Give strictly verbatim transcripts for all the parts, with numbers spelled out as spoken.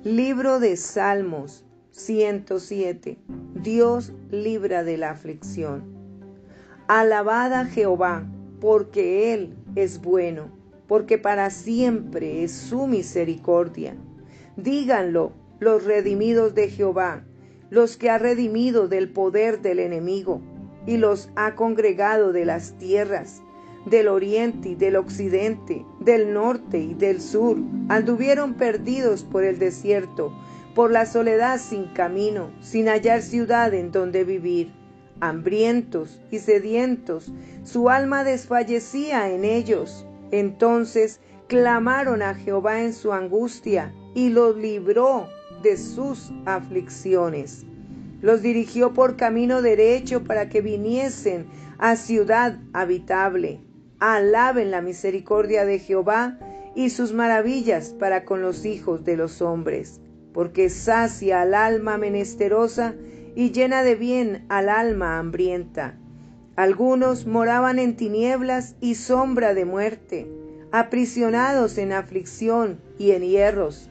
Libro de Salmos ciento siete. Dios libra de la aflicción. Alabad a Jehová, porque Él es bueno, porque para siempre es su misericordia. Díganlo los redimidos de Jehová, los que ha redimido del poder del enemigo, y los ha congregado de las tierras, del oriente y del occidente, del norte y del sur. Anduvieron perdidos por el desierto, por la soledad sin camino, sin hallar ciudad en donde vivir. Hambrientos y sedientos, su alma desfallecía en ellos. Entonces clamaron a Jehová en su angustia, y los libró de sus aflicciones. Los dirigió por camino derecho para que viniesen a ciudad habitable. Alaben la misericordia de Jehová y sus maravillas para con los hijos de los hombres, porque sacia al alma menesterosa y llena de bien al alma hambrienta. Algunos moraban en tinieblas y sombra de muerte, aprisionados en aflicción y en hierros,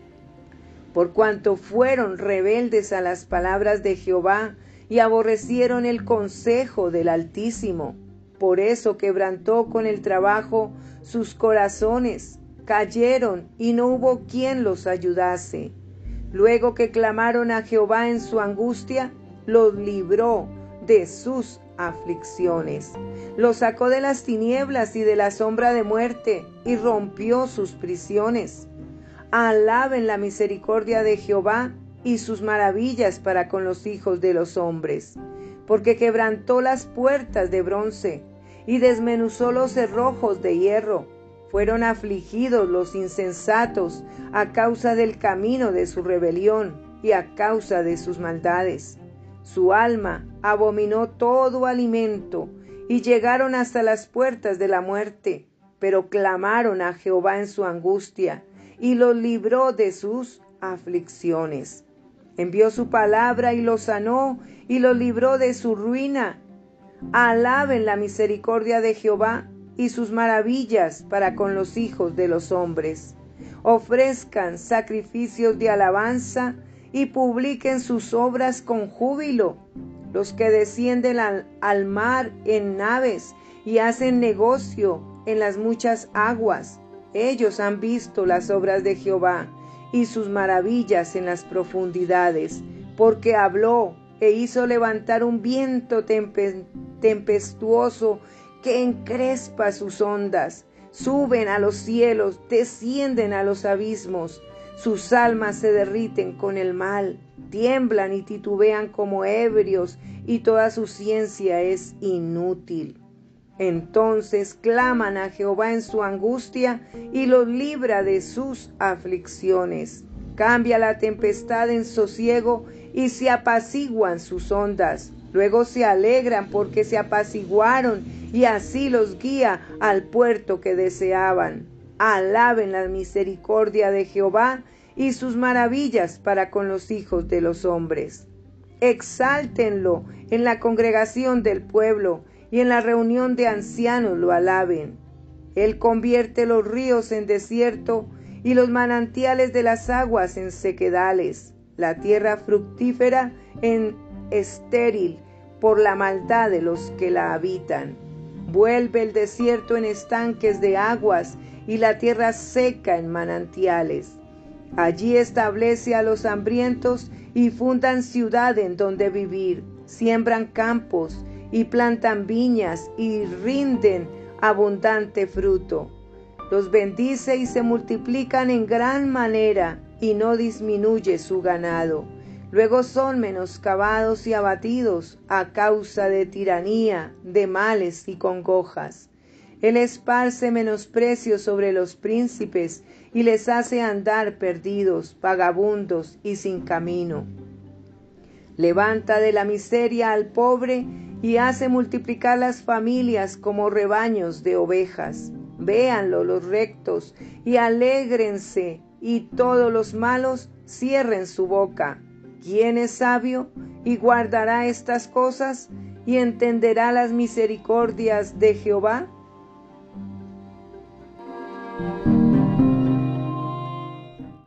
por cuanto fueron rebeldes a las palabras de Jehová y aborrecieron el consejo del Altísimo. Por eso quebrantó con el trabajo sus corazones, cayeron y no hubo quien los ayudase. Luego que clamaron a Jehová en su angustia, los libró de sus aflicciones. Los sacó de las tinieblas y de la sombra de muerte, y rompió sus prisiones. Alaben la misericordia de Jehová y sus maravillas para con los hijos de los hombres, porque quebrantó las puertas de bronce y desmenuzó los cerrojos de hierro. Fueron afligidos los insensatos a causa del camino de su rebelión y a causa de sus maldades. Su alma abominó todo alimento y llegaron hasta las puertas de la muerte, pero clamaron a Jehová en su angustia y los libró de sus aflicciones. Envió su palabra y los sanó y los libró de su ruina. Alaben la misericordia de Jehová y sus maravillas para con los hijos de los hombres. Ofrezcan sacrificios de alabanza y publiquen sus obras con júbilo. Los que descienden al, al mar en naves y hacen negocio en las muchas aguas, ellos han visto las obras de Jehová y sus maravillas en las profundidades, porque habló e hizo levantar un viento tempe, tempestuoso que encrespa sus ondas. Suben a los cielos, descienden a los abismos. Sus almas se derriten con el mal, tiemblan y titubean como ebrios, y toda su ciencia es inútil. Entonces claman a Jehová en su angustia y los libra de sus aflicciones. Cambia la tempestad en sosiego y se apaciguan sus ondas. Luego se alegran porque se apaciguaron y así los guía al puerto que deseaban. Alaben la misericordia de Jehová y sus maravillas para con los hijos de los hombres. Exáltenlo en la congregación del pueblo y en la reunión de ancianos lo alaben. Él convierte los ríos en desierto y los manantiales de las aguas en sequedales, la tierra fructífera en estéril por la maldad de los que la habitan. Vuelve el desierto en estanques de aguas y la tierra seca en manantiales. Allí establece a los hambrientos y fundan ciudad en donde vivir. Siembran campos y plantan viñas y rinden abundante fruto. Los bendice y se multiplican en gran manera y no disminuye su ganado. Luego son menoscabados y abatidos a causa de tiranía, de males y congojas. Él esparce menosprecio sobre los príncipes y les hace andar perdidos, vagabundos y sin camino. Levanta de la miseria al pobre y hace multiplicar las familias como rebaños de ovejas. Véanlo los rectos y alégrense, y todos los malos cierren su boca. ¿Quién es sabio y guardará estas cosas y entenderá las misericordias de Jehová?